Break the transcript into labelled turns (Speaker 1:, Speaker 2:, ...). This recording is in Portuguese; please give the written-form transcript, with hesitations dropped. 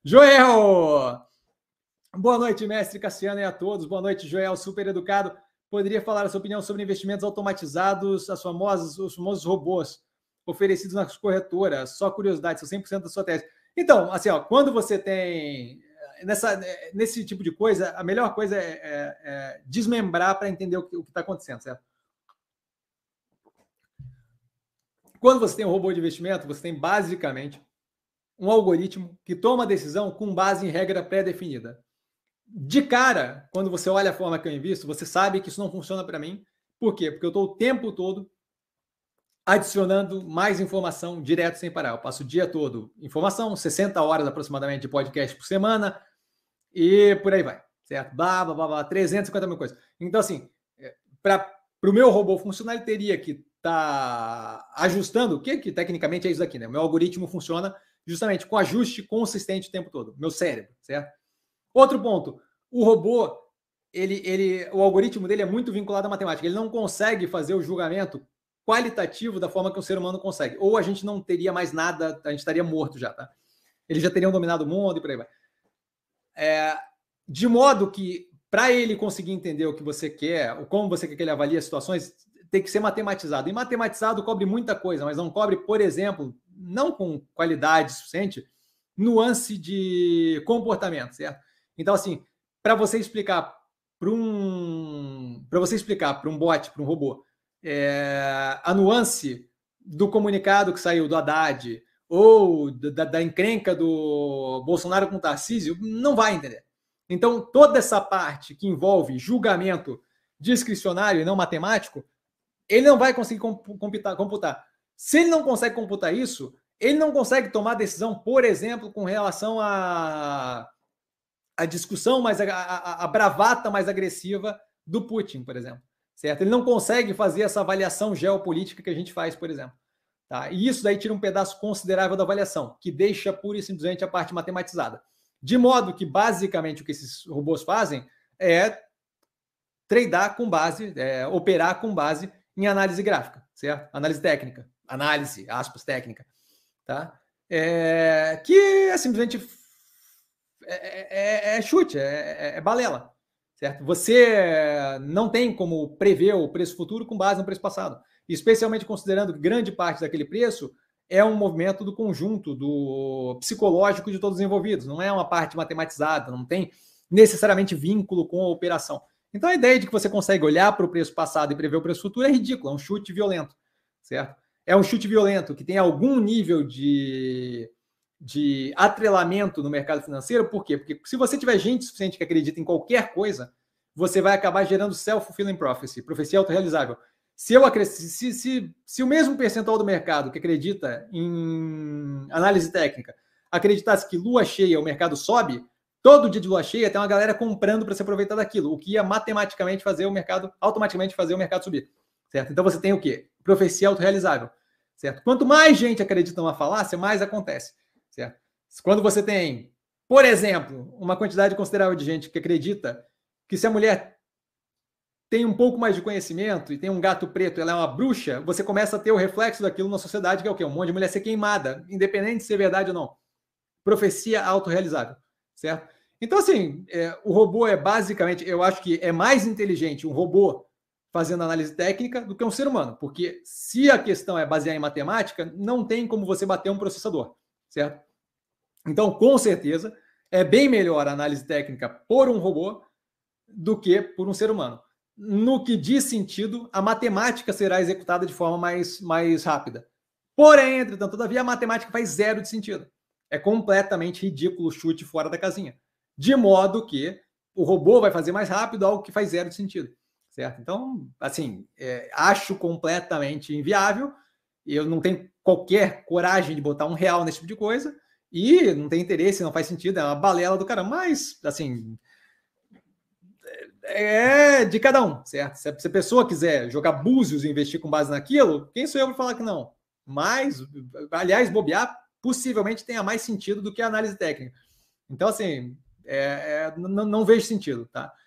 Speaker 1: Joel! Boa noite, mestre Cassiano, e a todos. Boa noite, Joel, super educado. Poderia falar a sua opinião sobre investimentos automatizados, os famosos robôs oferecidos nas corretoras? Só curiosidade, são 100% da sua tese. Então, assim, ó, quando você tem nesse tipo de coisa, a melhor coisa é desmembrar para entender o que está acontecendo, certo? Quando você tem um robô de investimento, você tem basicamente um algoritmo que toma a decisão com base em regra pré-definida. De cara, quando você olha a forma que eu invisto, você sabe que isso não funciona para mim. Por quê? Porque eu estou o tempo todo adicionando mais informação direto sem parar. Eu passo o dia todo informação, 60 horas aproximadamente de podcast por semana e por aí vai, certo? Blá, blá, blá, blá, 350 mil coisas. Então, assim, para o meu robô funcionar, ele teria que estar ajustando, o que tecnicamente é isso aqui, né? O meu algoritmo funciona justamente com ajuste consistente o tempo todo, meu cérebro, certo? Outro ponto, o robô, o algoritmo dele é muito vinculado à matemática. Ele não consegue fazer o julgamento qualitativo da forma que o ser humano consegue. Ou a gente não teria mais nada, a gente estaria morto já, tá? Eles já teriam dominado o mundo e por aí vai. De modo que, para ele conseguir entender o que você quer, ou como você quer que ele avalie as situações, tem que ser matematizado. E matematizado cobre muita coisa, mas não cobre, por exemplo, não com qualidade suficiente, nuance de comportamento, certo? Então, assim, para você explicar para um bot, para um robô, a nuance do comunicado que saiu do Haddad ou da encrenca do Bolsonaro com o Tarcísio, não vai entender. Então, toda essa parte que envolve julgamento discricionário e não matemático, ele não vai conseguir computar. Se ele não consegue computar isso, ele não consegue tomar decisão, por exemplo, com relação à discussão, a bravata mais agressiva do Putin, por exemplo. Certo? Ele não consegue fazer essa avaliação geopolítica que a gente faz, por exemplo. Tá? E isso daí tira um pedaço considerável da avaliação, que deixa pura e simplesmente a parte matematizada. De modo que, basicamente, o que esses robôs fazem é tradar com base, operar com base em análise gráfica, certo? Análise técnica. Análise, aspas, técnica. Tá? Que é simplesmente chute, balela. Certo? Você não tem como prever o preço futuro com base no preço passado. Especialmente considerando que grande parte daquele preço é um movimento do conjunto, do psicológico de todos os envolvidos. Não é uma parte matematizada, não tem necessariamente vínculo com a operação. Então a ideia de que você consegue olhar para o preço passado e prever o preço futuro é ridícula, é um chute violento, certo? É um chute violento que tem algum nível de atrelamento no mercado financeiro. Por quê? Porque se você tiver gente suficiente que acredita em qualquer coisa, você vai acabar gerando self-fulfilling prophecy, profecia autorrealizável. Se o mesmo percentual do mercado que acredita em análise técnica acreditasse que lua cheia o mercado sobe, todo dia de lua cheia tem uma galera comprando para se aproveitar daquilo, o que ia matematicamente fazer o mercado, automaticamente fazer o mercado subir. Certo? Então você tem o quê? Profecia autorrealizável. Certo? Quanto mais gente acredita numa falácia, mais acontece. Certo? Quando você tem, por exemplo, uma quantidade considerável de gente que acredita que se a mulher tem um pouco mais de conhecimento e tem um gato preto, ela é uma bruxa, você começa a ter o reflexo daquilo na sociedade, que é o quê? Um monte de mulher ser queimada, independente de ser verdade ou não. Profecia autorrealizável, certo? Então, assim, o robô é basicamente, eu acho que é mais inteligente um robô fazendo análise técnica do que um ser humano, porque se a questão é baseada em matemática, não tem como você bater um processador, certo? Então, com certeza, é bem melhor a análise técnica por um robô do que por um ser humano. No que diz sentido, a matemática será executada de forma mais rápida. Porém, entretanto, todavia, a matemática faz zero de sentido. É completamente ridículo o chute fora da casinha. De modo que o robô vai fazer mais rápido algo que faz zero de sentido. Certo? Então, assim, acho completamente inviável. Eu não tenho qualquer coragem de botar R$1 nesse tipo de coisa. E não tem interesse, não faz sentido, é uma balela do cara. Mas, assim, é de cada um, certo? Se a pessoa quiser jogar búzios e investir com base naquilo, quem sou eu para falar que não? Mas, aliás, bobear possivelmente tenha mais sentido do que a análise técnica. Então, assim, não vejo sentido, tá?